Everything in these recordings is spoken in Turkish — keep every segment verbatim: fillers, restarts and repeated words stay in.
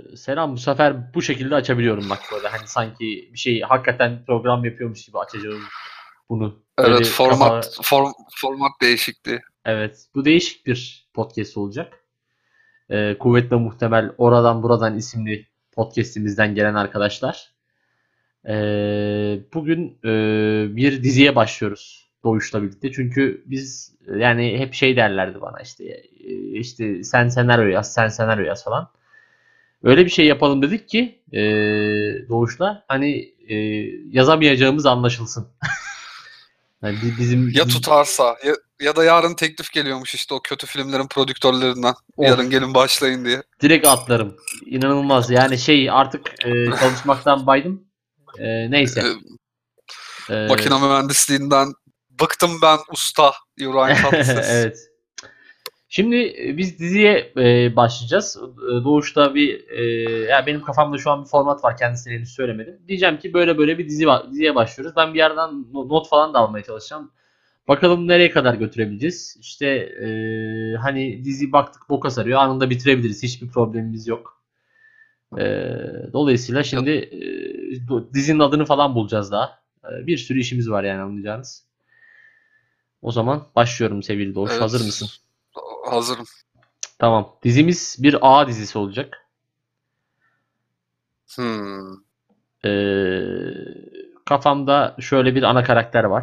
Selam, bu sefer bu şekilde açabiliyorum bak böyle hani sanki bir şey hakikaten program yapıyormuş gibi açacağım bunu. Evet, Böyle format kafa form, format değişikliği. evet bu değişik bir podcast olacak. Ee, kuvvetle muhtemel oradan buradan isimli podcast'imizden gelen arkadaşlar. Ee, bugün e, bir diziye başlıyoruz Doğuş'la birlikte. Çünkü biz yani hep şey derlerdi bana işte e, işte sen senaryo yaz, sen senaryo yaz falan. Öyle bir şey yapalım dedik ki e, Doğuş'la hani e, yazamayacağımız anlaşılsın. Yani bi- bizim Ya biz tutarsa ya, ya da yarın teklif geliyormuş işte o kötü filmlerin prodüktörlerinden. Yarın of gelin başlayın diye. direkt atlarım. İnanılmaz yani şey artık e, çalışmaktan baydım. E, neyse. Ee, E, Makine mühendisliğinden bıktım ben usta İbrahim Tatlıses. evet. Şimdi e, biz diziye e, başlayacağız. E, Doğuş'ta bir e, ya benim kafamda şu an bir format var. Kendisine henüz söylemedim. Diyeceğim ki böyle böyle bir dizi va- diziye başlıyoruz. Ben bir yerden no- not falan da almaya çalışacağım. Bakalım nereye kadar götürebileceğiz. İşte e, hani dizi baktık boka sarıyor. Anında bitirebiliriz. Hiçbir problemimiz yok. E, dolayısıyla Ya, şimdi e, bu dizinin adını falan bulacağız daha. E, bir sürü işimiz var yani anlayacağınız. O zaman başlıyorum sevgili Doğuş. Hazır evet, mısın? hazırım. Tamam. Dizimiz bir A dizisi olacak. Hmm. Ee, kafamda şöyle bir ana karakter var.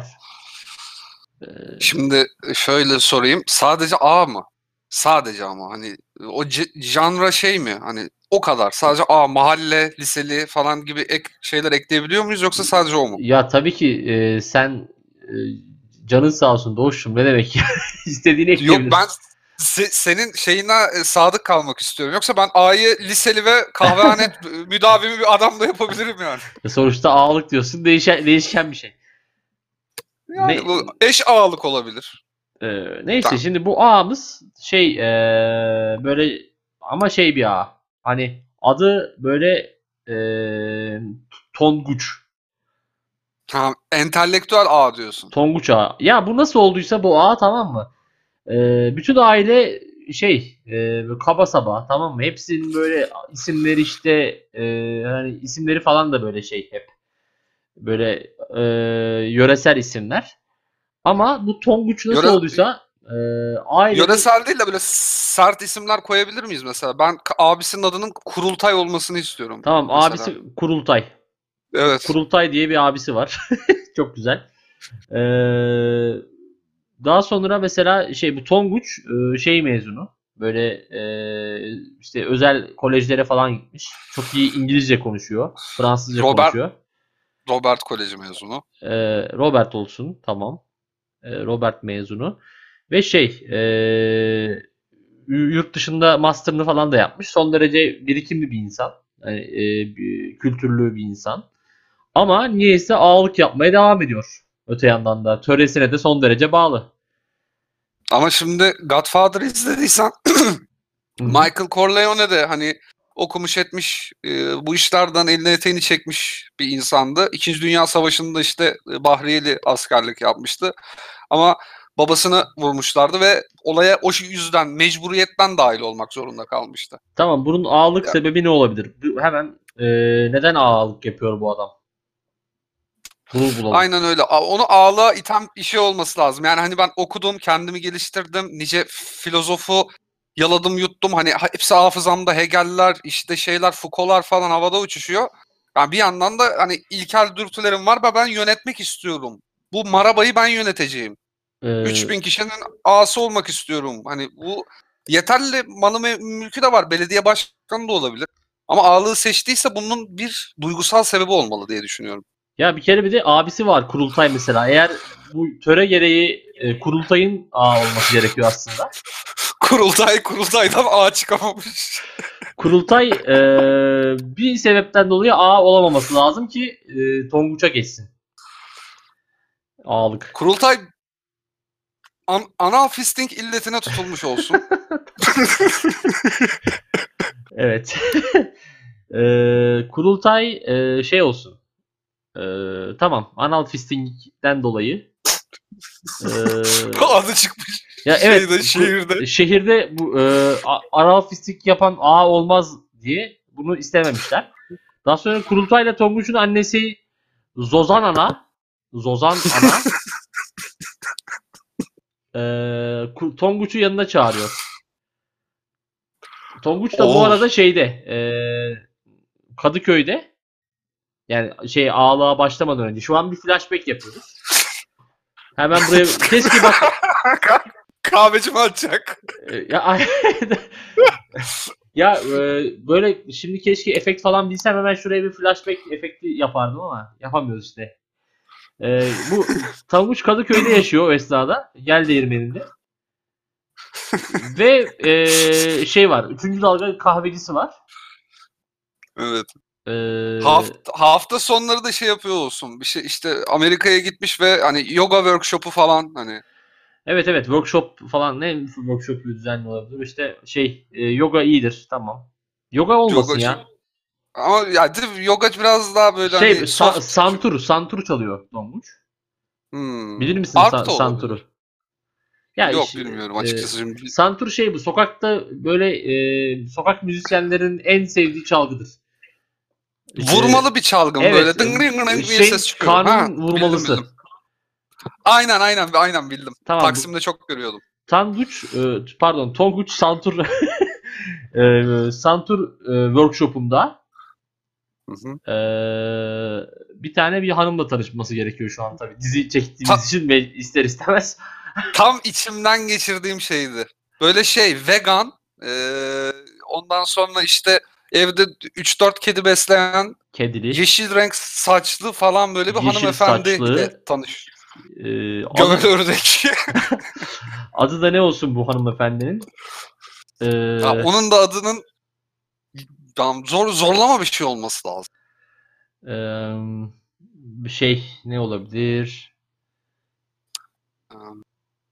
Şimdi şöyle sorayım. Sadece A mı? Sadece ama hani o c- janra şey mi? Hani o kadar. Sadece A, mahalle, liseli falan gibi ek şeyler ekleyebiliyor muyuz yoksa sadece o mu? Ya tabii ki e, sen e, canın sağ olsun Doğuş'um ne demek ya. İstediğini Yok ben ekleyebilirsin. se- senin şeyine e, sadık kalmak istiyorum. Yoksa ben A'yı liseli ve kahvehane müdavimi bir adam da yapabilirim yani. E, sonuçta ağalık diyorsun değişen, değişken bir şey. Yani Ne bu eş ağalık olabilir. e, neyse Tamam. şimdi bu ağamız şey e, böyle ama şey bir ağa. Hani adı böyle e, Tonguç. Tamam. Entelektüel A diyorsun. Tonguç ağa. Ya bu nasıl olduysa bu ağa tamam mı? Ee, bütün aile şey e, kaba saba tamam mı? Hepsinin böyle isimleri işte e, hani isimleri falan da böyle şey hep böyle e, yöresel isimler. Ama bu Tonguç nasıl Yöre, olduysa e, ailenin yöresel değil de böyle sert isimler koyabilir miyiz mesela? Ben k- abisinin adının Kurultay olmasını istiyorum tamam mesela. abisi Kurultay. Evet. Kurultay diye bir abisi var. Çok güzel. Ee, daha sonra mesela şey bu Tonguç e, şey mezunu. Böyle e, işte özel kolejlere falan gitmiş. Çok iyi İngilizce konuşuyor. Fransızca Robert konuşuyor. Robert Koleji mezunu. Ee, Robert olsun tamam. Ee, Robert mezunu. Ve şey e, yurt dışında master'ını falan da yapmış. Son derece birikimli bir insan. Yani, e, bir- kültürlü bir insan. Ama niyeyse ağalık yapmaya devam ediyor. Öte yandan da töresine de son derece bağlı. Ama şimdi Godfather izlediysen Hı hı. Michael Corleone de hani okumuş etmiş e, bu işlerden eline eteğini çekmiş bir insandı. İkinci Dünya Savaşı'nda işte e, Bahriyeli askerlik yapmıştı. Ama babasını vurmuşlardı ve olaya o yüzden mecburiyetten dahil olmak zorunda kalmıştı. Tamam bunun ağalık Ya, sebebi ne olabilir? Bu- Hemen e, neden ağalık yapıyor bu adam? Bunu bulalım. aynen öyle. A- Onu ağlığa iten bir şey olması lazım. Yani hani ben okudum, kendimi geliştirdim. Nice filozofu yaladım, yuttum. Hani ha- hepsi hafızamda Hegel'ler, işte şeyler, Foucault'lar falan havada uçuşuyor. Yani bir yandan da hani ilkel dürtülerim var ve ben yönetmek istiyorum. Bu marabayı ben yöneteceğim. E, üç bin kişinin ağası olmak istiyorum. Hani bu yeterli malı ve mülkü de var. Belediye başkanı da olabilir. Ama ağalığı seçtiyse bunun bir duygusal sebebi olmalı diye düşünüyorum. ya bir kere bir de abisi var Kurultay mesela. Eğer bu töre gereği e, Kurultay'ın ağa olması gerekiyor aslında. Kurultay kurultaydan ağa çıkamamış. Kurultay e, bir sebepten dolayı ağa olamaması lazım ki e, Tonguç'a geçsin. Ağalık. Kurultay an- anal fisting illetine tutulmuş olsun. Evet. e, Kurultay e, şey olsun. E, tamam. Anal fisting'den dolayı. E, Adı çıkmış ya evet şeyde ku- şehirde. şehirde bu e, a- anal fisting yapan ağa olmaz diye bunu istememişler. Daha sonra Kurultay'la Tonguç'un annesi Zozan Ana Zozan Ana e, Tonguç'u yanına çağırıyor. Tonguç da bu Of. arada şeyde e, Kadıköy'de, yani şey ağlığa başlamadan önce. Şu an bir flashback yapıyoruz. Hemen buraya keşke bak Kahveci mi açacak? e, ya ya e, böyle şimdi keşke efekt falan bilsem hemen şuraya bir flashback efekti yapardım ama yapamıyoruz işte. E, bu Tonguç Kadıköy'de yaşıyor o esnada. Geldiğirmeninde. Ve e, şey var. Üçüncü dalga kahvecisi var. Evet. Ee, Hafta, hafta sonları da şey yapıyor olsun. Bir şey işte Amerika'ya gitmiş ve hani yoga workshop'u falan hani. evet evet workshop falan, ne workshop düzenli olabilir? İşte şey e, yoga iyidir, tamam. Yoga olmasın Yogacı. ya. Ama ya değil mi? Yoga biraz daha böyle Şey hani sa- soft. santur santur çalıyor Tonguç. Hmm. Bilir misin Arp sa- da santuru? olabilir. Ya Yok iş- bilmiyorum e, açıkçası. Şimdi. santur şey, bu sokakta böyle e, sokak müzisyenlerin en sevdiği çalgıdır. İşte Vurmalı bir çalgın evet, böyle dıng ding e, ding diye şeyin ses çıkıyor. Ha karnının bildim vurmalısı. bildim. Aynen aynen aynen bildim. Tamam, bu Taksim'de çok görüyordum. Tanguç e, pardon Tonguç santur e, santur e, workshop'unda Hı hı. e, bir tane bir hanımla tanışması gerekiyor şu an tabii. Dizi Ta- çektiğimiz için ve ister istemez. tam içimden geçirdiğim şeydi. Böyle şey vegan eee, ondan sonra işte evde üç dört kedi besleyen Kedili, yeşil renk saçlı falan böyle bir yeşil hanımefendi ile saçlı. tanış. E, Gövel adı ördek. adı da ne olsun bu hanımefendinin? E, Ya onun da adının tamam, zor zorlama bir şey olması lazım. e, bir şey ne olabilir? Eee,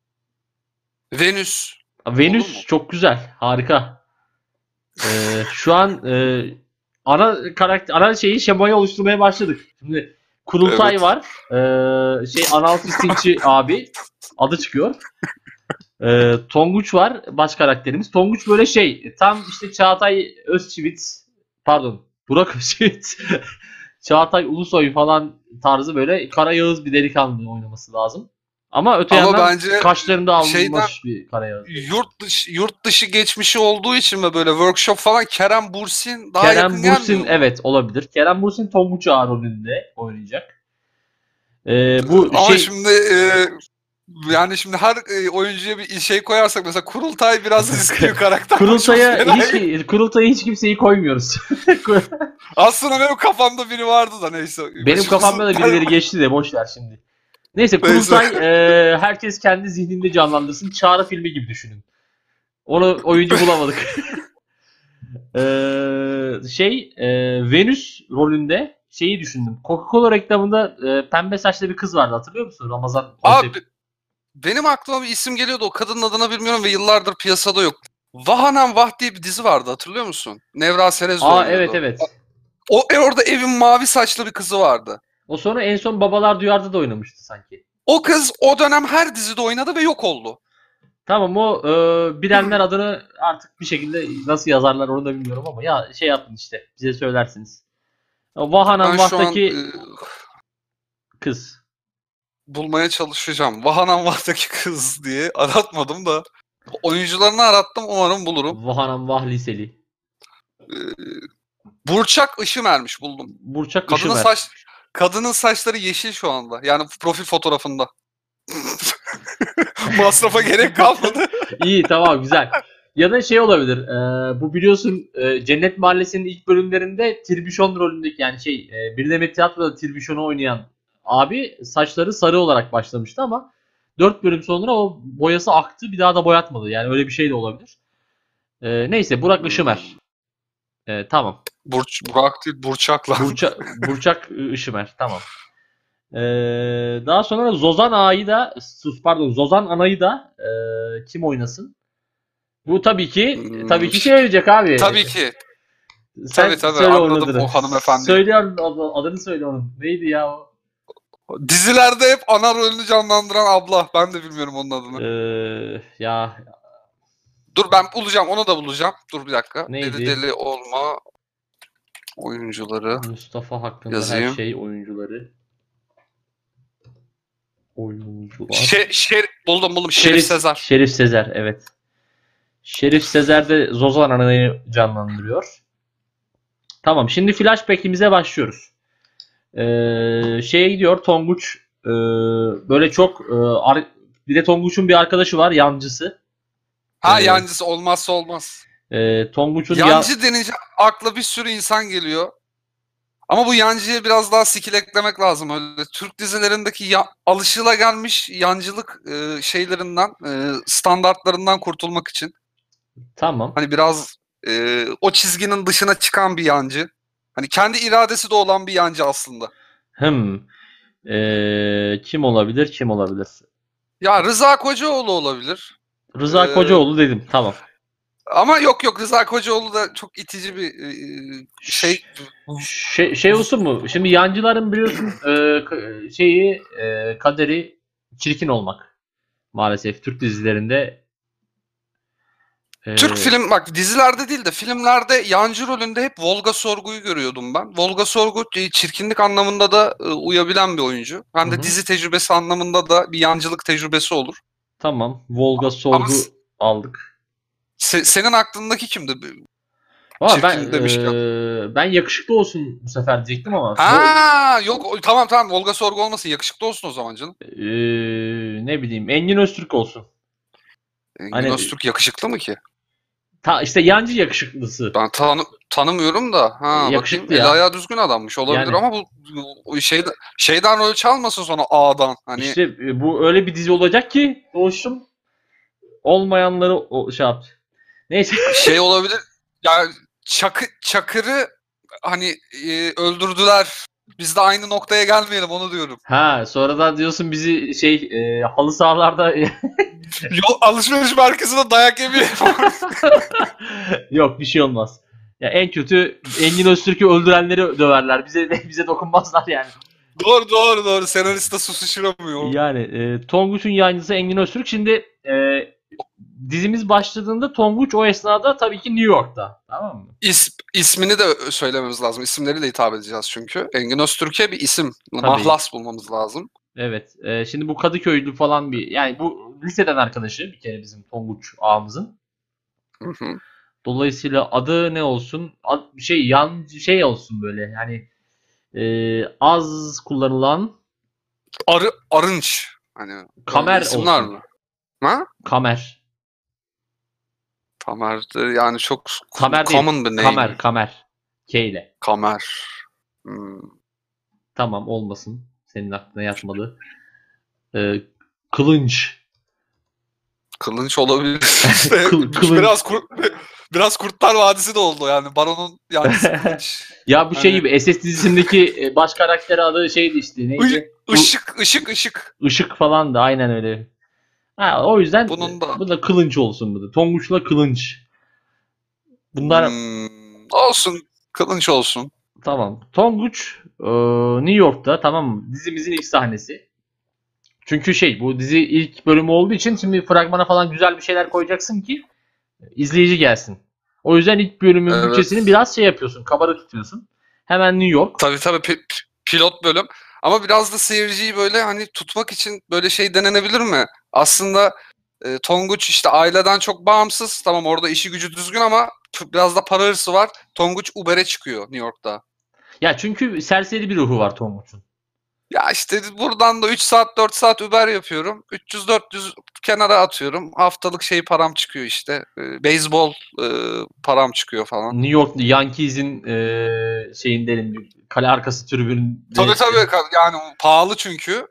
Venüs olur mu? Venüs çok güzel, harika. E, şu an e, ana karakter, ana şeyi, şemayı oluşturmaya başladık. Şimdi Kurultay Evet. var. Ee, şey anal fistingçi abi adı çıkıyor. Ee, Tonguç var baş karakterimiz. Tonguç böyle şey, tam işte Çağatay Özçivit, pardon Burak Özçivit, Çağatay Ulusoy falan tarzı böyle kara Yağız bir delikanlı oynaması lazım. Ama öte Ama yandan bence kaşlarında şeyden alınmış bir kara Yağız. yurt dışı yurt dışı geçmişi olduğu için ve böyle workshop falan Kerem Bürsin daha yakın Kerem gelmiyor Bürsin, mu? evet, olabilir. Kerem Bürsin Tonguç Ağa rolünde oynayacak. Ee, bu Ama şey şimdi e, yani şimdi her e, oyuncuya bir şey koyarsak mesela Kurultay biraz riskli bir karakter. Çok Kurultaya fena. hiç kurultaya hiç kimseyi koymuyoruz. Aslında benim kafamda biri vardı da neyse. Benim kafamda da birileri geçti de boş ver şimdi. Neyse, Neyse. Kurultay e, herkes kendi zihninde canlandırsın. Çağrı filmi gibi düşünün. Onu oyuncu bulamadık. E, şey e, Venüs rolünde şeyi düşündüm. Coca-Cola reklamında e, pembe saçlı bir kız vardı, hatırlıyor musun? Ramazan konsept. Abi benim aklıma bir isim geliyordu. O kadının adını bilmiyorum ve yıllardır piyasada yok. Vahanan Vah diye bir dizi vardı hatırlıyor musun? Nevra Serez'le Aa, evet oynuyordu. evet. O e, orada evin mavi saçlı bir kızı vardı. O sonra en son Babalar Duyar'da da oynamıştı sanki. O kız o dönem her dizide oynadı ve yok oldu. Tamam, o e, bilenler adını artık bir şekilde nasıl yazarlar onu da bilmiyorum ama ya şey yapın işte, bize söylersiniz. O Vahanan Ben şu an e, Vah'taki kız. bulmaya çalışacağım. Vahanan Vah'taki kız diye aratmadım da oyuncularını arattım umarım bulurum. Vahanan Vah liseli. E, Burçak Işımer'miş buldum. Burçak Kadının Işımer. saç kadının saçları yeşil şu anda. Yani profil fotoğrafında. Masrafa gerek kalmadı. İyi, tamam, güzel. Ya da şey olabilir. E, bu biliyorsun e, Cennet Mahallesi'nin ilk bölümlerinde Tirbüşon rolündeki, yani şey e, Bir Demet Tiyatro'da Tirbüşon'u oynayan abi saçları sarı olarak başlamıştı ama dört bölüm sonra o boyası aktı, bir daha da boyatmadı. Yani öyle bir şey de olabilir. E, neyse, Burak Hmm. Işımer. E, tamam. Burç, Burak değil Burçak'la. Burça, Burçak Işımer, tamam. E, daha sonra Zozan Ağa'yı da sus pardon Zozan Ana'yı da e, kim oynasın? Bu tabii ki Hmm. tabii ki şey oynayacak abi. Tabii ki. Sen Tabii tabii söyle onun anladım adını. o hanımefendi. Söyle adını, adını söyle onun. Neydi ya o? Dizilerde hep ana rolünü canlandıran abla. Ben de bilmiyorum onun adını. Ee, ya Dur ben bulacağım onu da bulacağım. Dur bir dakika. Deli neydi? deli olma. Oyuncuları Mustafa hakkında yazayım. her şey, oyuncuları. Oyuncular. Şe, şer, buldum buldum. Şerif, Şerif Sezer. Şerif Sezer, evet. Şerif Sezer de Zozan Ana'yı canlandırıyor. Tamam, şimdi flashback'imize başlıyoruz. Ee, şeye gidiyor Tonguç, e, böyle çok e, ar- bir de Tonguç'un bir arkadaşı var, yancısı. Ha, Ee, yancısı olmazsa olmaz. e, Tonguç'un ya- Yancı denince akla bir sürü insan geliyor. Ama bu yancıya biraz daha skill eklemek lazım. Öyle Türk dizilerindeki ya, alışılagelmiş yancılık e, şeylerinden, e, standartlarından kurtulmak için. tamam. Hani biraz e, o çizginin dışına çıkan bir yancı. Hani kendi iradesi de olan bir yancı aslında. Hmm. Ee, kim olabilir? Kim olabilir? Ya Rıza Kocaoğlu olabilir. Rıza Ee, Kocaoğlu dedim. Tamam. ama yok yok, Rıza Kocaoğlu da çok itici bir e, şey. Şey, şey olsun mu? Şimdi yancıların biliyorsun e, ka- şeyi e, kaderi çirkin olmak. Maalesef Türk dizilerinde e, Türk film, bak dizilerde değil de filmlerde yancı rolünde hep Volga Sorgu'yu görüyordum ben. Volga Sorgu e, çirkinlik anlamında da e, uyabilen bir oyuncu. hı Hem de hı. dizi tecrübesi anlamında da bir yancılık tecrübesi olur. Tamam. Volga Ama Sorgu aldık. se- senin aklındaki kimdi? Ama ben Çirkin demişken. e, ben yakışıklı olsun bu sefer diyecektim ama Vol- Ha yok, o- tamam tamam, Volga Sorgu olmasın, yakışıklı olsun o zaman canım. e, ne bileyim Engin Öztürk olsun. Engin Hani Öztürk yakışıklı mı ki? ta, işte yancı yakışıklısı. Ben tanı tanımıyorum da. E, Ha bakayım, yakışıklı eli ya. ayağı düzgün adammış olabilir Yani ama bu, bu şeyden, şeyden rol çalmasın sonra A'dan. Hani işte e, bu öyle bir dizi olacak ki Doğuş'um olmayanları o, şey yap. Neyse. şey olabilir. Yani Çakı, Çakır'ı hani e, öldürdüler. Biz de aynı noktaya gelmeyelim, onu diyorum. Ha, sonradan diyorsun bizi şey e, halı sahalarda Yol alışveriş merkezinde dayak yemeyelim. yok bir şey olmaz. Ya en kötü Engin Öztürk'ü öldürenleri döverler. Bize bize dokunmazlar yani. Doğru doğru doğru. Senarist de susuşuramıyor. Yani e, Tonguç'un yayıncısı Engin Öztürk. Şimdi e, dizimiz başladığında Tonguç o esnada tabii ki New York'ta. Tamam mı? İs, ismini de söylememiz lazım. İsimleriyle hitap edeceğiz çünkü. Engin Öztürk'e bir isim, Tabii. mahlas bulmamız lazım. Evet. E, şimdi bu Kadıköylü falan bir, yani bu liseden arkadaşı bir kere bizim Tonguç ağamızın. Hı hı. Dolayısıyla adı ne olsun? Ad- şey yan şey olsun böyle. Yani e, az kullanılan Arı, Arınç. Hani Kamer böyle isimler olsun. mi? Ha? Kamer. Kamer de yani çok Kamer değil. common bir name. Kamer. Kamer. K ile. Kamer. Hmm. Tamam, olmasın. Senin aklına yatmadı. E, Kılınç. Kılınç olabilir. Kıl- kılınç. biraz kur, biraz Kurtlar Vadisi de oldu yani. Baron'un yancısı Kılınç. Ya bu şey Hani- gibi S S dizisindeki e, baş karakteri adı şeydi işte. Neydi? Işık, ışık, ışık. Işık falan da aynen öyle. Ha, o yüzden Bunun da- bu da Kılınç olsun bu da. Tonguç'la Kılınç. Bunlar Hmm, olsun. Kılınç olsun. tamam. Tonguç e, New York'ta, tamam mı? Dizimizin ilk sahnesi. Çünkü şey, bu dizi ilk bölümü olduğu için şimdi fragmana falan güzel bir şeyler koyacaksın ki izleyici gelsin. O yüzden ilk bölümün Evet. bütçesini biraz şey yapıyorsun. Kabarık tutuyorsun. Hemen New York. Tabii tabii, pi- pi- pilot bölüm. Ama biraz da seyirciyi böyle hani tutmak için böyle şey denenebilir mi? Aslında e, Tonguç işte aileden çok bağımsız. Tamam, orada işi gücü düzgün ama t- biraz da para hırsı var. Tonguç Uber'e çıkıyor New York'ta. Ya çünkü serseri bir ruhu var Tonguç'un. Ya işte buradan da üç saat dört saat Uber yapıyorum. üç yüz dört yüz kenara atıyorum. Haftalık şey param çıkıyor işte. E, beyzbol e, param çıkıyor falan. New York Yankees'in e, şeyindenim. Kale arkası tribünde. Tabii tabii, ka- yani pahalı çünkü.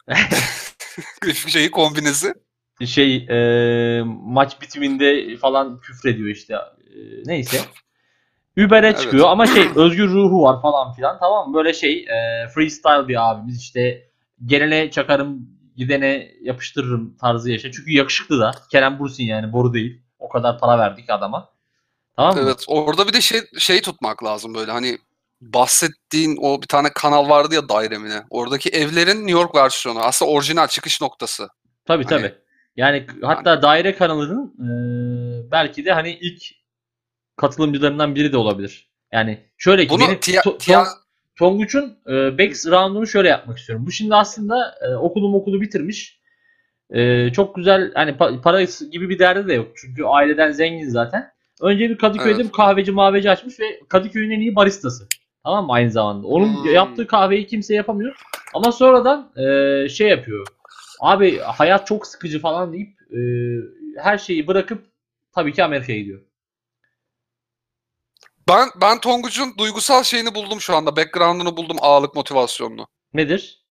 şeyi kombinesi. Şey e, maç bitiminde falan küfrediyor işte. E, neyse. Uber'e Evet. çıkıyor ama şey, özgür ruhu var falan filan, tamam mı? Böyle şey e, freestyle bir abimiz, işte gelene çakarım gidene yapıştırırım tarzı yaşa. Çünkü yakışıklı da. Kerem Bürsin yani, boru değil. O kadar para verdik adama. Tamam mı? Evet, orada bir de şey şey tutmak lazım böyle, hani bahsettiğin o bir tane kanal vardı ya, Dairemine. Oradaki evlerin New York versiyonu. Aslında orijinal çıkış noktası. Tabii Hani- tabii. Yani hatta daire kanalının e, belki de hani ilk katılımcılarından biri de olabilir. Yani şöyle ki Bunu benim tiya, to, tiya, Ton- Tonguç'un e, background'unu şöyle yapmak istiyorum. Bu şimdi aslında e, okulu okulu bitirmiş. E, çok güzel hani pa- parası gibi bir derdi de yok. Çünkü aileden zengin zaten. Önce bir Kadıköy'de evet. bir kahveci mahveci açmış ve Kadıköy'ün en iyi baristası. Tamam mı aynı zamanda? Onun Hmm. yaptığı kahveyi kimse yapamıyor. Ama sonradan e, şey yapıyor. Abi hayat çok sıkıcı falan deyip e, her şeyi bırakıp tabii ki Amerika'ya gidiyor. Ben ben Tonguç'un duygusal şeyini buldum şu anda. Background'unu buldum, ağırlık motivasyonunu. Nedir?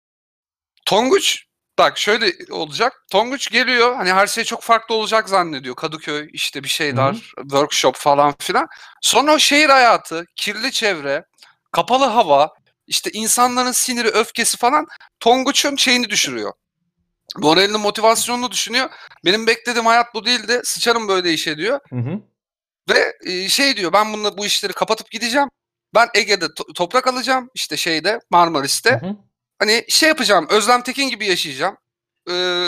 Tonguç bak şöyle olacak. Tonguç geliyor, hani her şey çok farklı olacak zannediyor. Kadıköy işte bir Hı hı. şeyler, workshop falan filan. Sonra o şehir hayatı, kirli çevre, kapalı hava, işte insanların siniri, öfkesi falan Tonguç'un şeyini düşürüyor. Moralini, motivasyonunu düşünüyor. Benim beklediğim hayat bu değildi. Sıçarım böyle işe diyor. Hı hı. Ve e, şey diyor, ben bununla bu işleri kapatıp gideceğim. Ben Ege'de to- toprak alacağım, işte şeyde, Hı Marmaris'te. hı. Hani şey yapacağım, Özlem Tekin gibi yaşayacağım. Ee,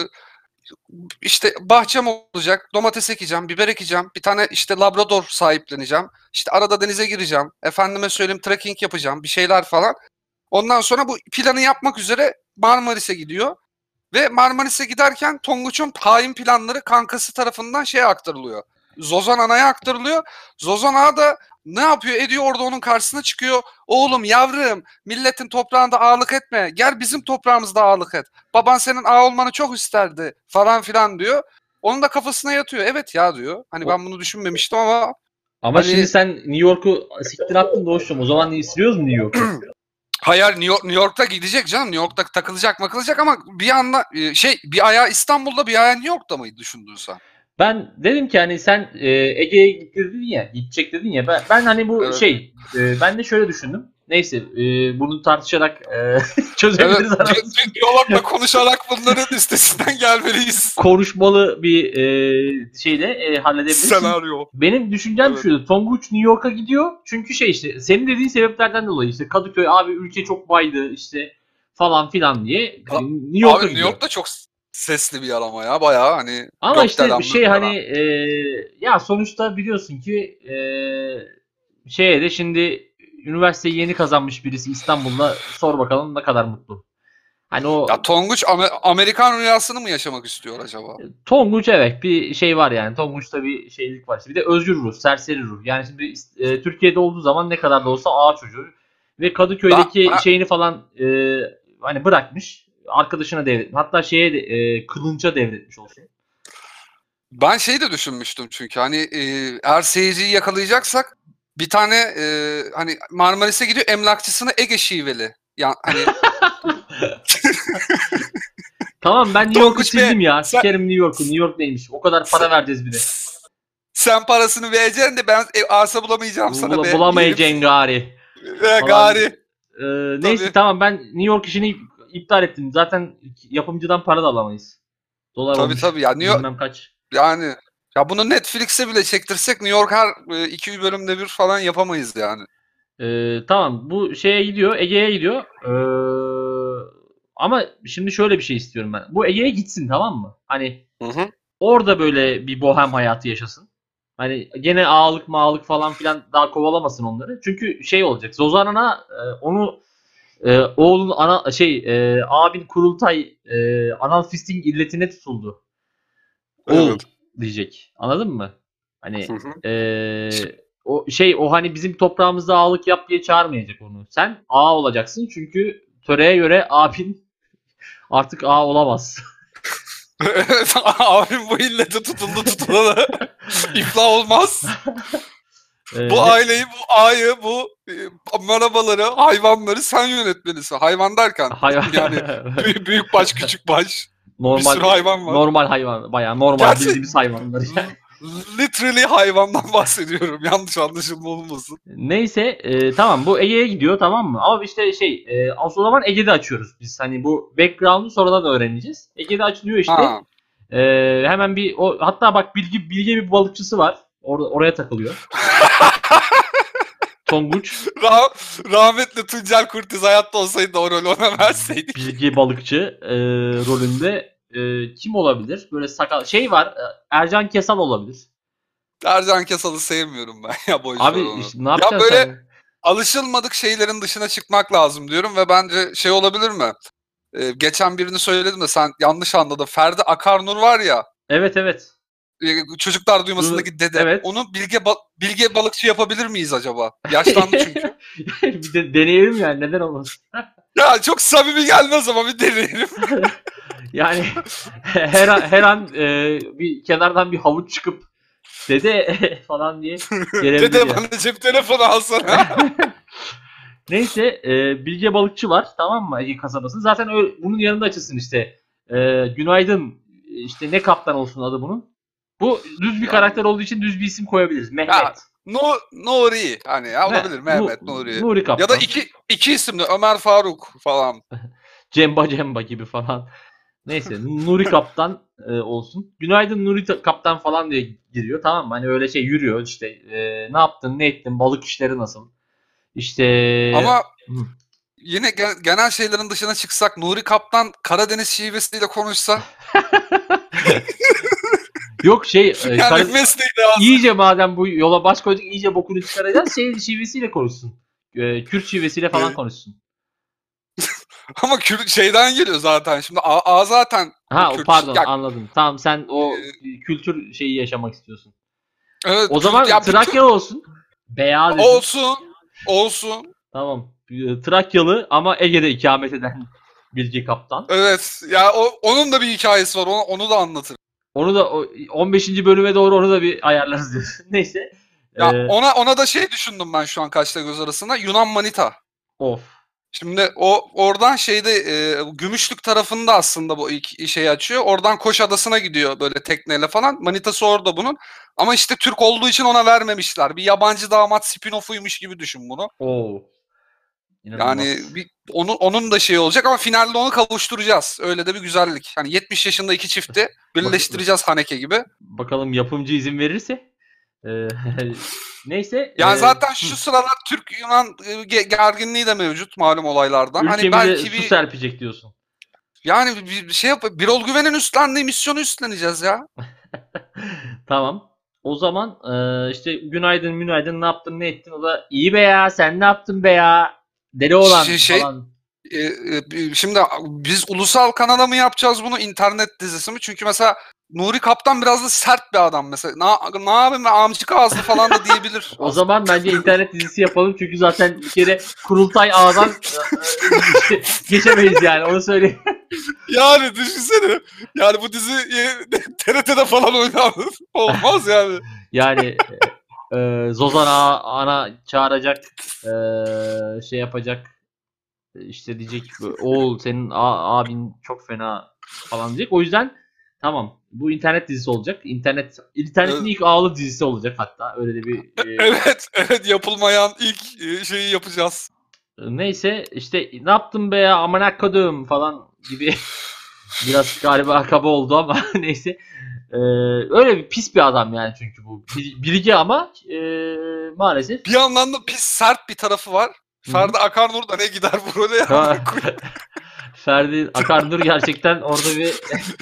işte bahçem olacak, domates ekeceğim, biber ekeceğim. Bir tane işte Labrador sahipleneceğim. İşte arada denize gireceğim. Efendime söyleyeyim, trekking yapacağım, bir şeyler falan. Ondan sonra bu planı yapmak üzere Marmaris'e gidiyor. Ve Marmaris'e giderken Tonguç'un hain planları kankası tarafından şeye aktarılıyor. Zozan Ana'ya aktarılıyor. Zozan Ağa da ne yapıyor ediyor, orada onun karşısına çıkıyor. Oğlum yavrum, milletin toprağında ağalık etme. Gel bizim toprağımızda ağalık et. Baban senin ağa olmanı çok isterdi falan filan diyor. Onun da kafasına yatıyor. Evet ya diyor. Hani O, ben bunu düşünmemiştim ama ama şimdi hani sen New York'u siktir attın Doğuş'cum. O zaman istiyoruz mu New York'u? hayal New, York, New York'ta gidecek canım. New York'ta takılacak makılacak ama bir anda e, şey, bir ayağı İstanbul'da, bir ayağı New York'ta mıydı düşündün sen? Ben dedim ki hani sen e, Ege'ye git dedin ya, gidecek dedin ya. Ben, ben hani bu Evet. şey, e, ben de şöyle düşündüm. Neyse, e, bunu tartışarak e, Evet, çözebiliriz di- aramızda. di- diyalogla konuşarak bunların üstesinden gelmeliyiz. Konuşmalı bir e, şeyle e, halledebiliriz. Şimdi Senaryo. benim düşüncem Evet. şuydu. Tonguç New York'a gidiyor. Çünkü şey işte senin dediğin sebeplerden dolayı işte Kadıköy abi ülke çok baydı işte falan filan diye e, A- New Abi York'a New gidiyor. York'ta çok s- sesli bir yer ama ya. Bayağı hani Ama işte bir gökdelen şey hani gökdelen. e, ya sonuçta biliyorsun ki e, şeye de şimdi üniversiteyi yeni kazanmış birisi İstanbul'da sor bakalım ne kadar mutlu. Hani o Ya Tonguç Amer- Amerikan rüyasını mı yaşamak istiyor acaba? Tonguç evet bir şey var yani. Tonguç'ta bir şeylik var. Bir de özgür ruh, serseri ruh. Yani şimdi e, Türkiye'de olduğu zaman ne kadar da olsa ağa çocuğu. Ve Ben, Kadıköy'deki ben, şeyini falan e, hani bırakmış. Arkadaşına devretmiş. Hatta şeye de, e, Kılınç'a devretmiş olsun. ben şey de düşünmüştüm çünkü hani e, eğer seyirciyi yakalayacaksak bir tane e, hani Marmaris'e gidiyor, emlakçısına Ege şiveli. Yani hani Tamam ben New York'u Tonguç Bey sildim ya. sen, Sikerim New York'u. New York neymiş? O kadar para sen, vereceğiz bir de. sen parasını vereceksin de ben ev, arsa bulamayacağım sana Bula, be diyelim. bulamayacaksın gari E, falan. gari. E, neyse Tabii. tamam ben New York işini iptal ettim. Zaten yapımcıdan para da alamayız. Dolar Tabii olmuş tabii ya. New York, bilmem kaç. yani ya bunu Netflix'e bile çektirsek New York her e, iki bölümde bir falan yapamayız yani. Ee, tamam bu şeye gidiyor Ege'ye gidiyor. Ee, ama şimdi şöyle bir şey istiyorum ben. Bu Ege'ye gitsin tamam mı? Hani Hı hı. orada böyle bir bohem hayatı yaşasın. Hani gene ağalık mağalık falan filan daha kovalamasın onları. Çünkü şey olacak. Zozan'a e, onu e, oğlun ana şey e, abin Kurultay e, anal fisting illetine tutuldu. Oğul Evet. diyecek. Anladın mı? Hı Hani hı. eee, o şey o hani bizim toprağımızda ağalık yap diye çağırmayacak onu. Sen ağa olacaksın çünkü töreye göre abin artık ağa olamaz. Evet, abim bu illete tutuldu tutulalı. İflah olmaz. Bu Eee, ne aileyi, bu ağayı, bu e, marabaları, hayvanları sen yönetmelisin. Hayvan derken hayvan yani büyük, büyük baş, küçük baş. Bir normal sürü hayvan var. normal hayvan bayağı normal Gerçi bildiğimiz hayvanlar. l- literally hayvandan bahsediyorum. Yanlış anlaşılma olmasın. Neyse eee, tamam bu Ege'ye gidiyor tamam mı? Ama işte şey eee, o zaman Ege'de açıyoruz biz. Hani bu background'u sonradan öğreneceğiz. Ege'de açılıyor işte. Ha. Ee, hemen bir o hatta bak bilgi bilge bir balıkçısı var. Or- oraya takılıyor. Tonguç Rah rahmetli Tuncel Kurtiz hayatta olsaydı o rolü ona verseydik. bilge balıkçı e, rolünde e, kim olabilir? Böyle sakal şey var. e, Ercan Kesal olabilir. Ercan Kesal'ı sevmiyorum ben ya, boş ver Abi onu. işte ne Ya yapacaksın böyle sen? alışılmadık şeylerin dışına çıkmak lazım diyorum ve bence şey olabilir mi? Ee, geçen birini söyledim de sen yanlış anladın. Ferdi Akarnur var ya. Evet evet. e, Çocuklar Duymasındaki dede. Evet. Onu Bilge Ba- Bilge Balıkçı yapabilir miyiz acaba? Yaşlandı çünkü. Bir de deneyelim yani, neden olmasın. Ya çok samimi gelmez ama bir deneyelim. Yani her an, her an e, bir kenardan bir havuç çıkıp dede falan diye gelebilir Dede ya. bana cep telefonu alsana. Neyse, e, Bilge Balıkçı var, tamam mı, Ege kasabası. Zaten öyle, bunun yanında açılsın işte. E, günaydın, işte ne kaptan olsun adı bunun. Bu düz bir karakter olduğu için düz bir isim koyabiliriz. Mehmet. Ya, Nu Nuri hani ya olabilir, Ne? Mehmet Nu- Nuri. Nuri kaptan. Ya da iki iki isimli Ömer Faruk falan. Cemba Cemba gibi falan. Neyse, Nuri kaptan e, olsun. Günaydın Nuri ta- kaptan falan diye giriyor, tamam mı? Hani öyle şey yürüyor işte, e, ne yaptın ne ettin, balık işleri nasıl? İşte Ama Hı. yine ge- genel şeylerin dışına çıksak, Nuri Kaptan Karadeniz şivesiyle konuşsa. Yok şey e, Yani Kar- mesleği lazım. iyice madem bu yola baş koyduk, iyice bokunu çıkaracağız. Şey şivesiyle konuşsun. E, Kürt şivesiyle falan Ne? konuşsun. Ama Kürt şeyden geliyor zaten. Şimdi A, A zaten Ha Kürt. pardon, Ya, anladım. Tamam, sen o e, kültür şeyi yaşamak istiyorsun. evet, O Kürt zaman ya bütün Trakyalı olsun. Beya desin. olsun. Olsun. Tamam. E, Trakyalı ama Ege'de ikamet eden Bilge Kaptan. Evet. Ya o, onun da bir hikayesi var. Onu, onu da anlatır. Onu da o on beşinci bölüme doğru onu da bir ayarlarız diyorsun. Neyse. Ya E, ona ona da şey düşündüm ben şu an Kaşla Göz arasında. Yunan Manita. of. Şimdi o oradan şeyde e, Gümüşlük tarafında aslında bu ilk şeyi açıyor. Oradan Koş Adası'na gidiyor böyle tekneyle falan. Manitası orada bunun. Ama işte Türk olduğu için ona vermemişler. Bir yabancı damat spin-off'uymuş gibi düşün bunu. Oo. Yani İnanılmaz. bir onun onun da şey olacak ama finalde onu kavuşturacağız. Öyle de bir güzellik. Hani yetmiş yaşında iki çifti Bak, birleştireceğiz Haneke gibi. bakalım yapımcı izin verirse. E, neyse. Yani E, zaten şu sıralar Türk-Yunan e, ge- gerginliği de mevcut malum olaylardan. Hani ülkemize belki su bir serpecek diyorsun. yani bir bir şey yap Birol Güven'in üstlendiği misyonu üstleneceğiz ya. Tamam. O zaman e, işte günaydın günaydın, ne yaptın ne ettin, o da iyi be ya, sen ne yaptın be ya, deli Şey, olan şey falan. e, e, şimdi biz ulusal kanala mı yapacağız bunu, internet dizisi mi? Çünkü mesela Nuri Kaptan biraz da sert bir adam mesela. Ne, ne yapayım ben, amcık ağızlı falan da diyebilir O aslında. zaman bence internet dizisi yapalım, çünkü zaten bir kere kurultay ağdan e, e, geçemeyiz yani, onu söyleyeyim. Yani düşünsene. Yani bu dizi T R T'de falan oynanır. Olmaz yani. Yani e, e, Zozan ağa, ana çağıracak, e, şey yapacak, işte diyecek oğul senin a- abin çok fena falan diyecek. O yüzden tamam, bu internet dizisi olacak. İnternet internetin Evet, ilk ağlı dizisi olacak hatta, öyle de bir e, evet, evet, yapılmayan ilk e, şeyi yapacağız. neyse işte, ne yaptın be ya amına kodum falan gibi biraz galiba kaba oldu ama neyse. Ee, öyle bir pis bir adam yani, çünkü bu Bir- bilgi ama e, maalesef. Bir yandan da pis sert bir tarafı var. Hı hı. Ferdi Akarnur da ne gider bu role ya. Ferdi Akarnur gerçekten orada bir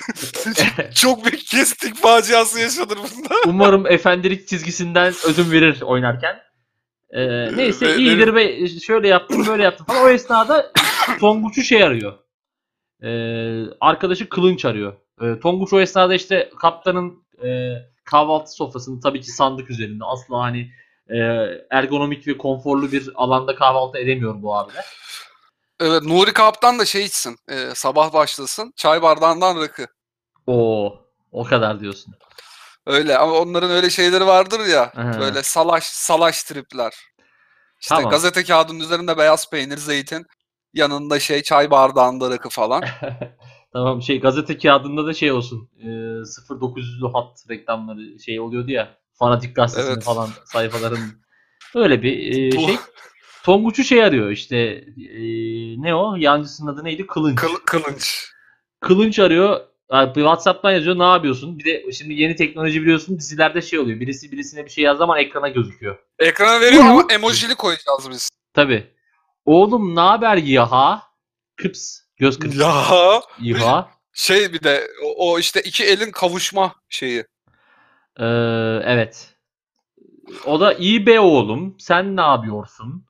Çok büyük kestik faciası yaşadır bunda. umarım efendilik çizgisinden ödün verir oynarken. Ee, neyse, Ve- iyidir be, şöyle yaptım böyle yaptım falan. O esnada Tonguç'u şey arıyor. Ee, arkadaşı Kılınç arıyor. Ee, Tonguç o esnada işte kaptanın e, kahvaltı sofrasında, tabii ki sandık üzerinde. Asla hani e, ergonomik ve konforlu bir alanda kahvaltı edemiyor bu abiler. Evet, Nuri Kaptan da şey içsin. e, sabah başlasın. Çay bardağından rakı. O o kadar diyorsun. Öyle ama onların öyle şeyleri vardır ya. Aha, Böyle salaş salaş tripler. İşte tamam. gazete kağıdının üzerinde beyaz peynir, zeytin. Yanında şey çay bardağında rakı falan. Tamam, şey gazete kağıdında da şey olsun. E, sıfır dokuz yüzlü hat reklamları şey oluyordu ya. Fanatik gazetesinin Evet. falan sayfaların, öyle bir e, Bu şey. Tonguç'u şey arıyor işte, e, ne o? Yancısının adı neydi? kıl, Kılınç. kılınç. Kılınç arıyor. Abi WhatsApp'tan yazıyor, ne yapıyorsun? Bir de şimdi yeni teknoloji biliyorsun, dizilerde şey oluyor. Birisi birisine bir şey yazdığı zaman ekrana gözüküyor. Ekrana veriyor ama emojili koyacağız biz. Tabii. Oğlum ne haber yaha? Kıps. Göz kırpısı. Ya İha. şey bir de o, o işte iki elin kavuşma şeyi. Ee, evet. O da iyi be oğlum. Sen ne yapıyorsun?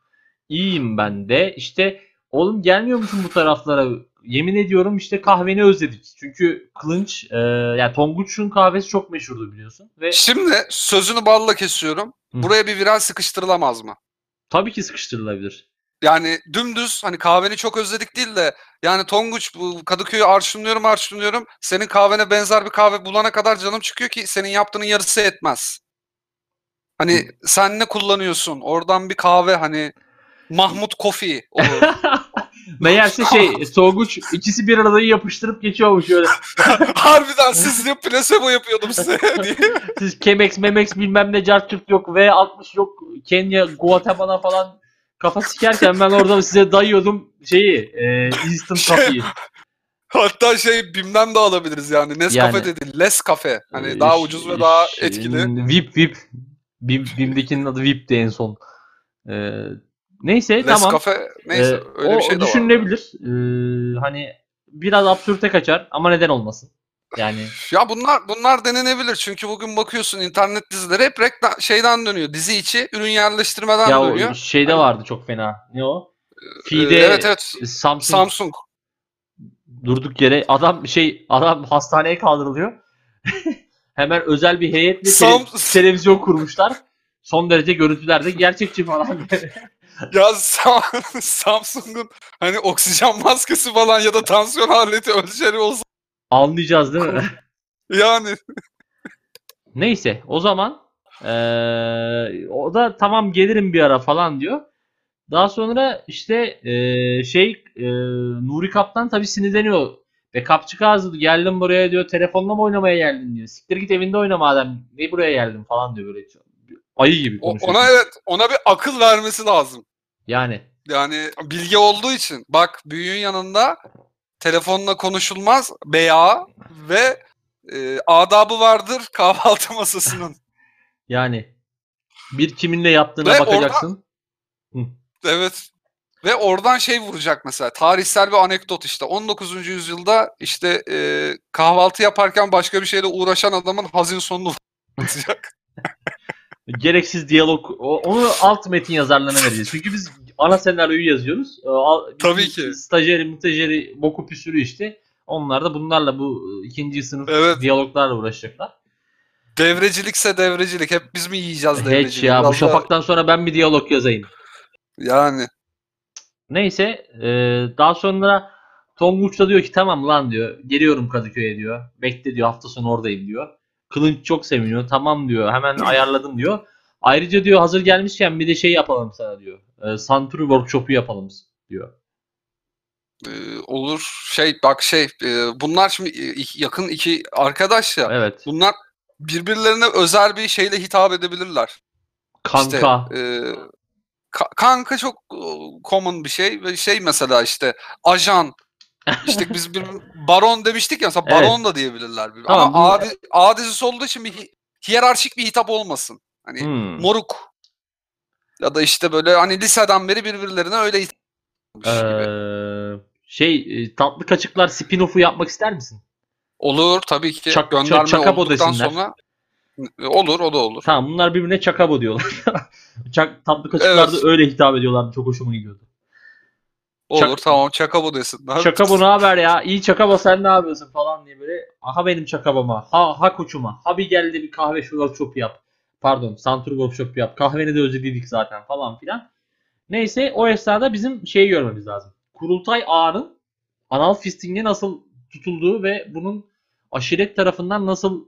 İyiyim ben de. İşte oğlum gelmiyor musun bu taraflara? Yemin ediyorum işte kahveni özledik. Çünkü Kılınç, e, yani Tonguç'un kahvesi çok meşhurdu biliyorsun. Ve Şimdi sözünü balla kesiyorum. Hı. Buraya bir viral sıkıştırılamaz mı? Tabii ki sıkıştırılabilir. Yani dümdüz hani kahveni çok özledik değil de yani Tonguç bu Kadıköy'ü arşınlıyorum arşınlıyorum. Senin kahvene benzer bir kahve bulana kadar canım çıkıyor ki senin yaptığının yarısı etmez. Hani sen ne kullanıyorsun? Oradan bir kahve hani Mahmut Coffee olur. Meğerse şey Tonguç ikisi bir arada yapıştırıp geçiyormuş öyle. Harbiden siz de plasebo yapıyordum size diye. Siz Chemex, Memex bilmem ne Cartürk yok, V altmış yok, Kenya, Guatemala falan kafa sikerken ben orada size dayıyordum şeyi, e, instant coffee'yi. Hatta şey Bim'den de alabiliriz yani. Nescafe Yani, dedi. Les Cafe. Hani e, daha ş- ucuz ve daha ş- etkili. Vip Vip. Bim, Bim'dekinin adı Vip'ti en son. E, neyse Les tamam. Cafe neyse E, öyle bir o şey de vardı. düşünülebilir. E, hani biraz absürte kaçar ama neden olmasın? Yani Ya bunlar bunlar denenebilir çünkü bugün bakıyorsun internet dizileri hep reklam şeyden dönüyor. Dizi içi ürün yerleştirmeden ya o dönüyor. şeyde Hani vardı çok fena. Ne o? e, Fide evet evet Samsung Samsung. durduk yere adam şey adam hastaneye kaldırılıyor. Hemen özel bir heyetle Sam tele- televizyon kurmuşlar. Son derece görüntüler de gerçekçi falan. ya Sam Samsung'un hani oksijen maskesi falan ya da tansiyon aleti ölçeri olsa Anlayacağız değil mi? yani Neyse o zaman eee, o da tamam gelirim bir ara falan diyor. Daha sonra işte eee, şey eee, Nuri Kaptan tabii sinirleniyor. Ve kapçı kazdı geldim buraya diyor telefonla mı oynamaya geldin diyor. Siktir git evinde oyna madem. Ne buraya geldin falan diyor böyle. Ayı gibi o- konuşuyor ona çünkü. evet ona bir akıl vermesi lazım. Yani Yani bilgi olduğu için bak büyüğün yanında telefonla konuşulmaz beya ve e, adabı vardır kahvaltı masasının. yani bir kiminle yaptığına Ve oradan bakacaksın. Hı. evet ve oradan şey vuracak mesela tarihsel bir anekdot işte on dokuzuncu yüzyılda işte e, kahvaltı yaparken başka bir şeyle uğraşan adamın hazin sonunu anlatacak. Gereksiz diyalog. o- Onu alt metin yazarlarına vereceğiz. Çünkü biz ana senaryoyu yazıyoruz. E, al- Tabii Bizim ki. stajyeri, mütajeri boku püsürü işte. Onlar da bunlarla bu e, ikinci sınıf Evet. diyaloglarla uğraşacaklar. Devrecilikse devrecilik. Hep biz mi yiyeceğiz Hiç devreciliği? ya bu Biraz da şafaktan sonra ben bir diyalog yazayım. yani. Neyse e, daha sonra Tonguç da diyor ki tamam lan diyor. Geliyorum Kadıköy'e diyor. Bekle diyor hafta sonu oradayım diyor. Kılınç çok seviniyor. Tamam diyor. Hemen ayarladım diyor. Ayrıca diyor hazır gelmişken bir de şey yapalım sana diyor. E, Santuri workshop'u yapalım diyor. Ee, olur şey bak şey e, bunlar şimdi e, yakın iki arkadaş ya Evet. bunlar birbirlerine özel bir şeyle hitap edebilirler. İşte Kanka. e, ka- kanka çok e, common bir şey ve şey mesela işte ajan işte biz bir baron demiştik ya mesela Evet. baron da diyebilirler. Bir- Ama Tamam bunlar. A, di- A dizisi olduğu için bir hi- hiyerarşik bir hitap olmasın. Hani Hmm. moruk ya da işte böyle hani liseden beri birbirlerine öyle hitapmış gibi. Ee, şey e, tatlı kaçıklar spin-off'u yapmak ister misin? Olur tabii ki Çak, ç- gönderme çakabo olduktan desinler. sonra e, olur o da olur. Tamam bunlar birbirine çakabo diyorlar. Çak, tatlı kaçıklar da Evet. öyle hitap ediyorlardı. Çok hoşuma gidiyordu. Olur Çak, tamam çaka desinler. Çakabo ne haber ya? İyi Çakabo sen ne yapıyorsun falan diye böyle. Aha benim Çakaboma. Ha ha koçuma. Ha bir geldi bir kahve şu workshop yap. Pardon Santur workshop yap. Kahveni de özledik zaten falan filan. Neyse o esnada bizim şeyi görmemiz lazım. Kurultay ağının anal fisting'e nasıl tutulduğu ve bunun aşiret tarafından nasıl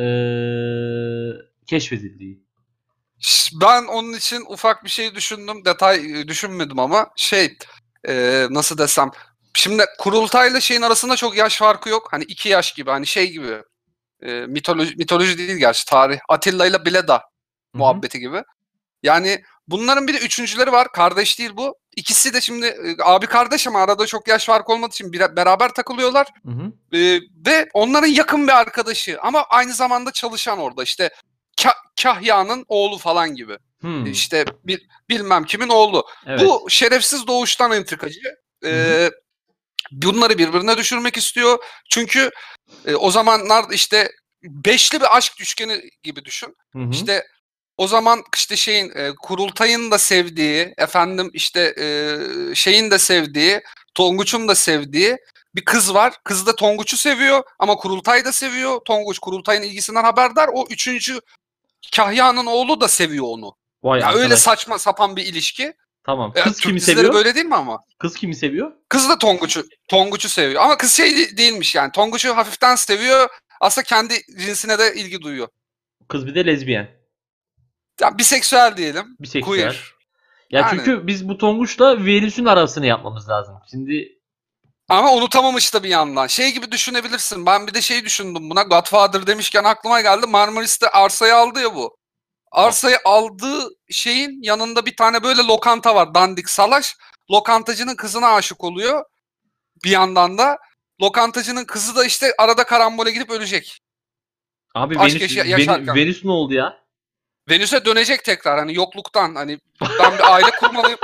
ee, keşfedildiği. Ben onun için ufak bir şey düşündüm. Detay e, düşünmedim ama şey e, nasıl desem. Şimdi kurultayla şeyin arasında çok yaş farkı yok. Hani iki yaş gibi hani şey gibi. E, mitoloji, mitoloji değil gerçi tarih. Atilla ile Bleda Hı hı. muhabbeti gibi. Yani bunların bir de üçüncüleri var. Kardeş değil bu. İkisi de şimdi e, abi kardeş ama arada çok yaş farkı olmadığı için bir, beraber takılıyorlar. Hı hı. E, ve onların yakın bir arkadaşı ama aynı zamanda çalışan orada. İşte Ka- Kahya'nın oğlu falan gibi. Hmm. İşte bir bilmem kimin oğlu. Evet. Bu şerefsiz doğuştan entrikacı. E, Hı hı. bunları birbirine düşürmek istiyor. Çünkü e, o zamanlar işte beşli bir aşk üçgeni gibi düşün. Hı hı. İşte O zaman işte şeyin e, Kurultay'ın da sevdiği, efendim işte e, şeyin de sevdiği, Tonguç'un da sevdiği bir kız var. Kız da Tonguç'u seviyor ama Kurultay da seviyor. Tonguç Kurultay'ın ilgisinden haberdar. O üçüncü Kahya'nın oğlu da seviyor onu. Vay Ya öyle arkadaş. saçma sapan bir ilişki. Tamam. E, Kız Türk kimi dizileri seviyor? böyle değil mi ama? Kız kimi seviyor? Kız da Tonguç'u Tonguç'u seviyor. Ama kız şey de- değilmiş yani. Tonguç'u hafiften seviyor. Aslında kendi cinsine de ilgi duyuyor. Kız bir de lezbiyen. Ya biseksüel diyelim. Biseksüel. Queer. Ya Yani çünkü biz bu Tonguç'la Venüs'ün arasını yapmamız lazım. Şimdi ama unutamamış da bir yandan. Şey gibi düşünebilirsin. Ben bir de şey düşündüm buna. Godfather demişken aklıma geldi. Marmaris'te arsayı aldı ya bu. Arsayı aldığı şeyin yanında bir tane böyle lokanta var. Dandik salaş. Lokantacının kızına aşık oluyor. Bir yandan da lokantacının kızı da işte arada karambole gidip ölecek. abi Aşk Venüs yaşa- Venüs, yaşarken. Venüs ne oldu ya? Venüs'e dönecek tekrar hani yokluktan. Hani ben bir aile kurmalıyım.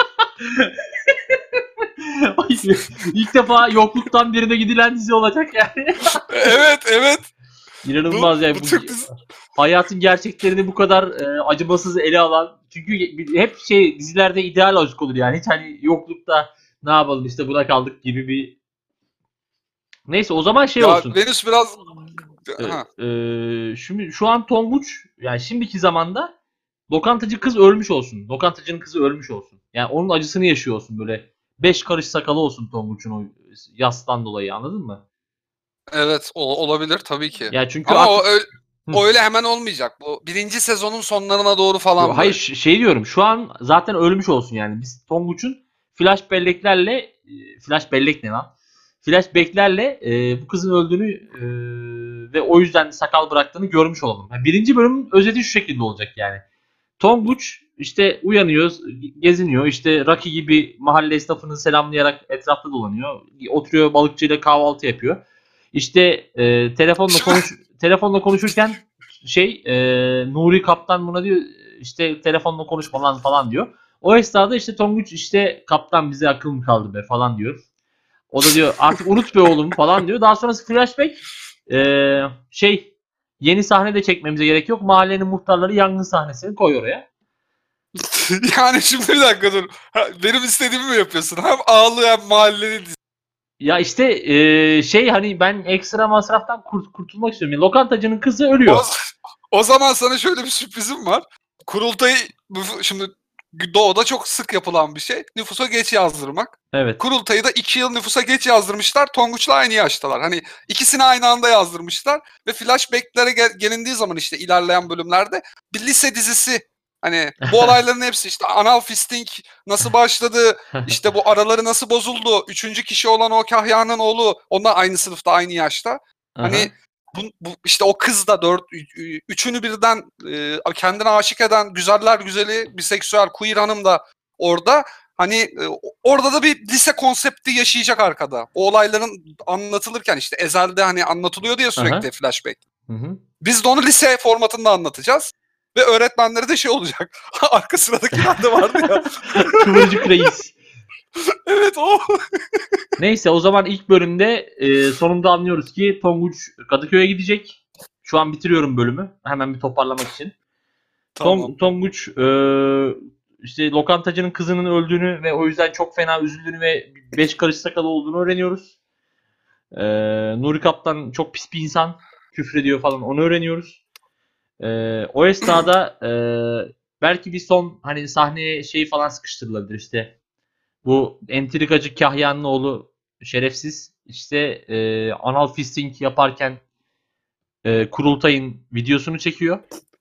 Ay, İlk defa yokluktan birine gidilen dizi olacak yani. Evet, evet. İnanılmaz Bu, yani bu bu Türk dizisi. hayatın gerçeklerini bu kadar e, acımasız ele alan, çünkü hep şey dizilerde ideal aşk olur yani, hiç hani yoklukta ne yapalım işte buna kaldık gibi bir, neyse o zaman şey Ya olsun. Venüs biraz E, ha. e, şimdi şu an Tonguç yani şimdiki zamanda lokantacı kız ölmüş olsun. Lokantacının kızı ölmüş olsun. Yani onun acısını yaşıyor olsun, böyle beş karış sakalı olsun Tonguç'un o yastan dolayı, anladın mı? Evet o- olabilir tabii ki. Ya çünkü Ama o artık öyle, Hı. o öyle hemen olmayacak. Bu birinci sezonun sonlarına doğru Yo, falan hayır böyle. ş- şey diyorum, şu an zaten ölmüş olsun yani. Biz Tonguç'un flash belleklerle e, flash bellek ne lan? Flashback'lerle e, bu kızın öldüğünü e, ve o yüzden sakal bıraktığını görmüş olalım. Yani birinci bölümün özeti şu şekilde olacak yani. Tonguç işte uyanıyor, geziniyor. İşte Rocky gibi mahalle esnafını selamlayarak etrafta dolanıyor. Oturuyor, balıkçıyla kahvaltı yapıyor. İşte e, telefonla konuş telefonla konuşurken şey e, Nuri Kaptan buna diyor işte telefonla konuşma lan falan diyor. O esnada işte Tonguç işte kaptan bize akıl mı kaldı be falan diyor. O da diyor artık unut be oğlum falan diyor. Daha sonrası flashback e, şey yeni sahne de çekmemize gerek yok. Mahallenin muhtarları yangın sahnesini koy oraya. Yani şimdi bir dakika dur. Ha, benim istediğimi mi yapıyorsun? Hem ağlı hem mahalleli dizi. Ya işte e, şey hani ben ekstra masraftan kurt, kurtulmak istiyorum. Yani lokantacının kızı O, ölüyor. o zaman sana şöyle bir sürprizim var. Kurultayı bu- şimdi doğuda çok sık yapılan bir şey. Nüfusa geç yazdırmak. Evet. Kurultayı da iki yıl nüfusa geç yazdırmışlar. Tonguç'la aynı yaştalar. Hani ikisini aynı anda yazdırmışlar. Ve flashback'lere gel- gelindiği zaman işte ilerleyen bölümlerde bir lise dizisi. Hani bu olayların hepsi işte anal fisting nasıl başladı, işte bu araları nasıl bozuldu, üçüncü kişi olan o Kahya'nın oğlu, onlar aynı sınıfta, aynı yaşta. Aha. Hani bu, bu işte o kız da dört, ü- üçünü birden e, kendine aşık eden güzeller güzeli, biseksüel, queer hanım da orada. Hani e, orada da bir lise konsepti yaşayacak arkada. O olayların anlatılırken işte Ezel'de hani anlatılıyordu ya sürekli Aha. flashback. Hı hı. Biz de onu lise formatında anlatacağız. Ve öğretmenleri de şey olacak. Arka sıradakiler de vardı ya. Kıvırcık reis. Evet o. Neyse o zaman ilk bölümde e, sonunda anlıyoruz ki Tonguç Kadıköy'e gidecek. Şu an bitiriyorum bölümü. Hemen bir toparlamak için. Tamam. Tong, Tonguç e, işte lokantacının kızının öldüğünü ve o yüzden çok fena üzüldüğünü ve beş karış sakalı olduğunu öğreniyoruz. E, Nuri Kaptan çok pis bir insan. Küfrediyor falan, onu öğreniyoruz. E, o esnada e, belki bir son hani sahneye şey falan sıkıştırılabilir işte. Bu entrikacı Kahya'nın oğlu şerefsiz işte e, anal fisting yaparken e, Kurultay'ın videosunu çekiyor.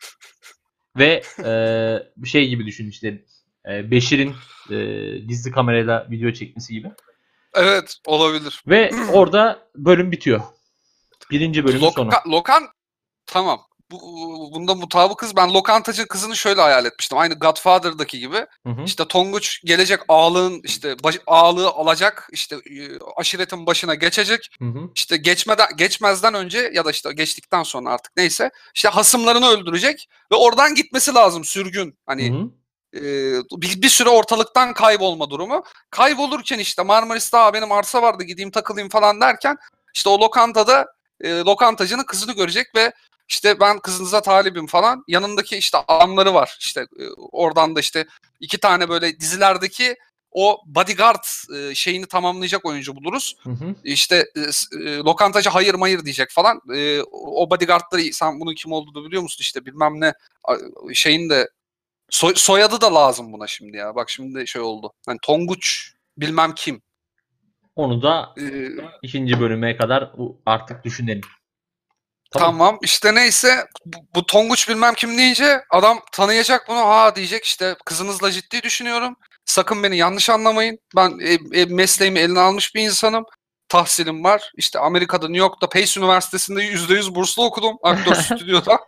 Ve e, bir şey gibi düşün işte e, Beşir'in e, gizli kamerayla video çekmesi gibi. Evet olabilir. Ve orada bölüm bitiyor. Birinci bölümün sonu. Loka, lokan tamam. Bu, bunda mutabıkız. Ben lokantacı kızını şöyle hayal etmiştim. Aynı Godfather'daki gibi. Hı hı. İşte Tonguç gelecek ağalığın işte baş, ağalığı alacak. İşte e, aşiretin başına geçecek. Hı hı. İşte geçmeden geçmezden önce ya da işte geçtikten sonra artık neyse işte hasımlarını öldürecek ve oradan gitmesi lazım sürgün. Hı Hani hı. e, bir, bir süre ortalıktan kaybolma durumu. Kaybolurken işte Marmaris'te "Aa, benim arsa vardı gideyim takılayım" falan derken işte o lokantada e, lokantacının kızını görecek ve İşte ben kızınıza talibim falan. Yanındaki işte adamları var. İşte e, oradan da işte iki tane böyle dizilerdeki o bodyguard e, şeyini tamamlayacak oyuncu buluruz. Hı hı. İşte e, s- e, lokantacı hayır mayır diyecek falan. E, o bodyguardları sen bunun kim olduğunu biliyor musun işte bilmem ne a- şeyin de soy- soyadı da lazım buna şimdi ya. Bak şimdi şey oldu. Hani Tonguç bilmem kim. Onu da E, ikinci bölüme kadar bu- artık düşünelim. Tamam. Tamam işte neyse bu, bu Tonguç bilmem kim deyince adam tanıyacak bunu. Ha diyecek işte kızınızla ciddi düşünüyorum. Sakın beni yanlış anlamayın. Ben e, e, mesleğimi eline almış bir insanım. Tahsilim var. İşte Amerika'da New York'ta Pace Üniversitesi'nde yüzde yüz burslu okudum. Aktör stüdyoda.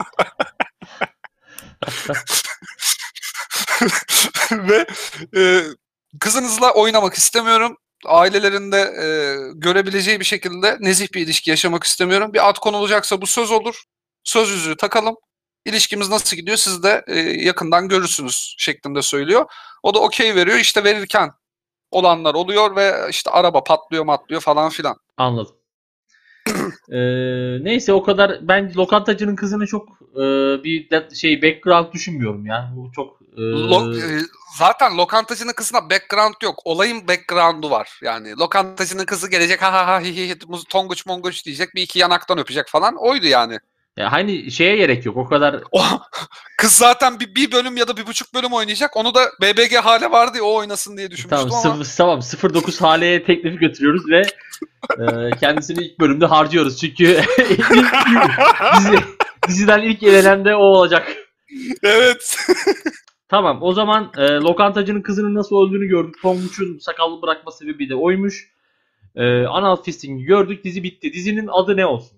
Ve e, kızınızla oynamak istemiyorum. Ailelerinde e, görebileceği bir şekilde nezih bir ilişki yaşamak istemiyorum. Bir ad konulacaksa bu söz olur. Söz yüzüğü takalım. İlişkimiz nasıl gidiyor siz de e, yakından görürsünüz şeklinde söylüyor. O da okey veriyor. İşte verirken olanlar oluyor ve işte araba patlıyor matlıyor falan filan. Anladım. Ee, neyse o kadar ben lokantacının kızını çok e, bir de- şey background düşünmüyorum ya. Bu çok e, Lo- e, zaten lokantacının kızına background yok. Olayın background'u var. Yani lokantacının kızı gelecek ha ha ha hi hi hi, muz- tonguç monguç diyecek. Bir iki yanaktan öpecek falan. Oydu yani. ya hani şeye gerek yok. O kadar O, kız zaten bir, bir bölüm ya da bir buçuk bölüm oynayacak. Onu da B B G hale vardı ya o oynasın diye tamam düşünmüştüm ama. sıfır, tamam sıfır dokuz Hale'ye teklifi götürüyoruz ve e, kendisini ilk bölümde harcıyoruz. Çünkü ilk, dizi, diziden ilk elenen de o olacak. Evet. Tamam o zaman e, lokantacının kızının nasıl öldüğünü gördük. Tonguç'un sakallı bırakma sebebi de oymuş. E, anal fisting'i gördük. Dizi bitti. Dizinin adı ne olsun?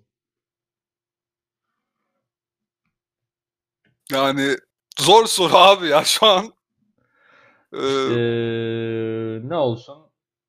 Yani zor soru abi ya şu an. Ee, İşte ne olsun?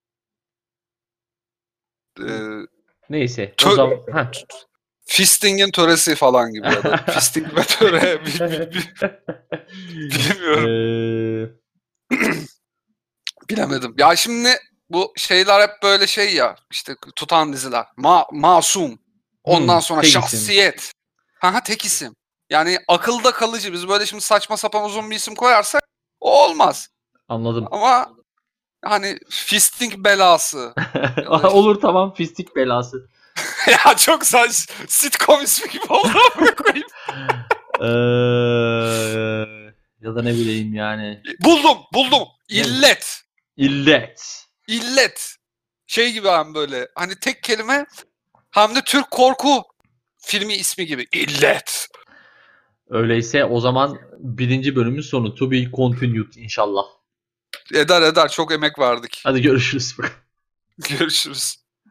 e, Neyse o tö- zaman. Heh. Fisting'in töresi falan gibi ya da fisting ve töre bi- bi- bi- bilmiyorum. Eee, Bilemedim. Ya şimdi bu şeyler hep böyle şey ya işte tutan diziler. Ma masum. Ondan hmm, sonra tek isim. şahsiyet. Ha tek isim. Yani akılda kalıcı. Biz böyle şimdi saçma sapan uzun bir isim koyarsak o olmaz. Anladım. Ama hani fisting belası ya da işte- Olur tamam fistik belası. ya çok saç sitcom ismi gibi oldu amına koyayım. Eee, ya da ne bileyim yani. Buldum, buldum. İllet. İllet. İllet. Şey gibi hem böyle hani tek kelime hem de Türk korku filmi ismi gibi. İllet. Öyleyse o zaman birinci bölümün sonu. To be continued inşallah. Eder eder çok emek verdik. Hadi görüşürüz. Görüşürüz.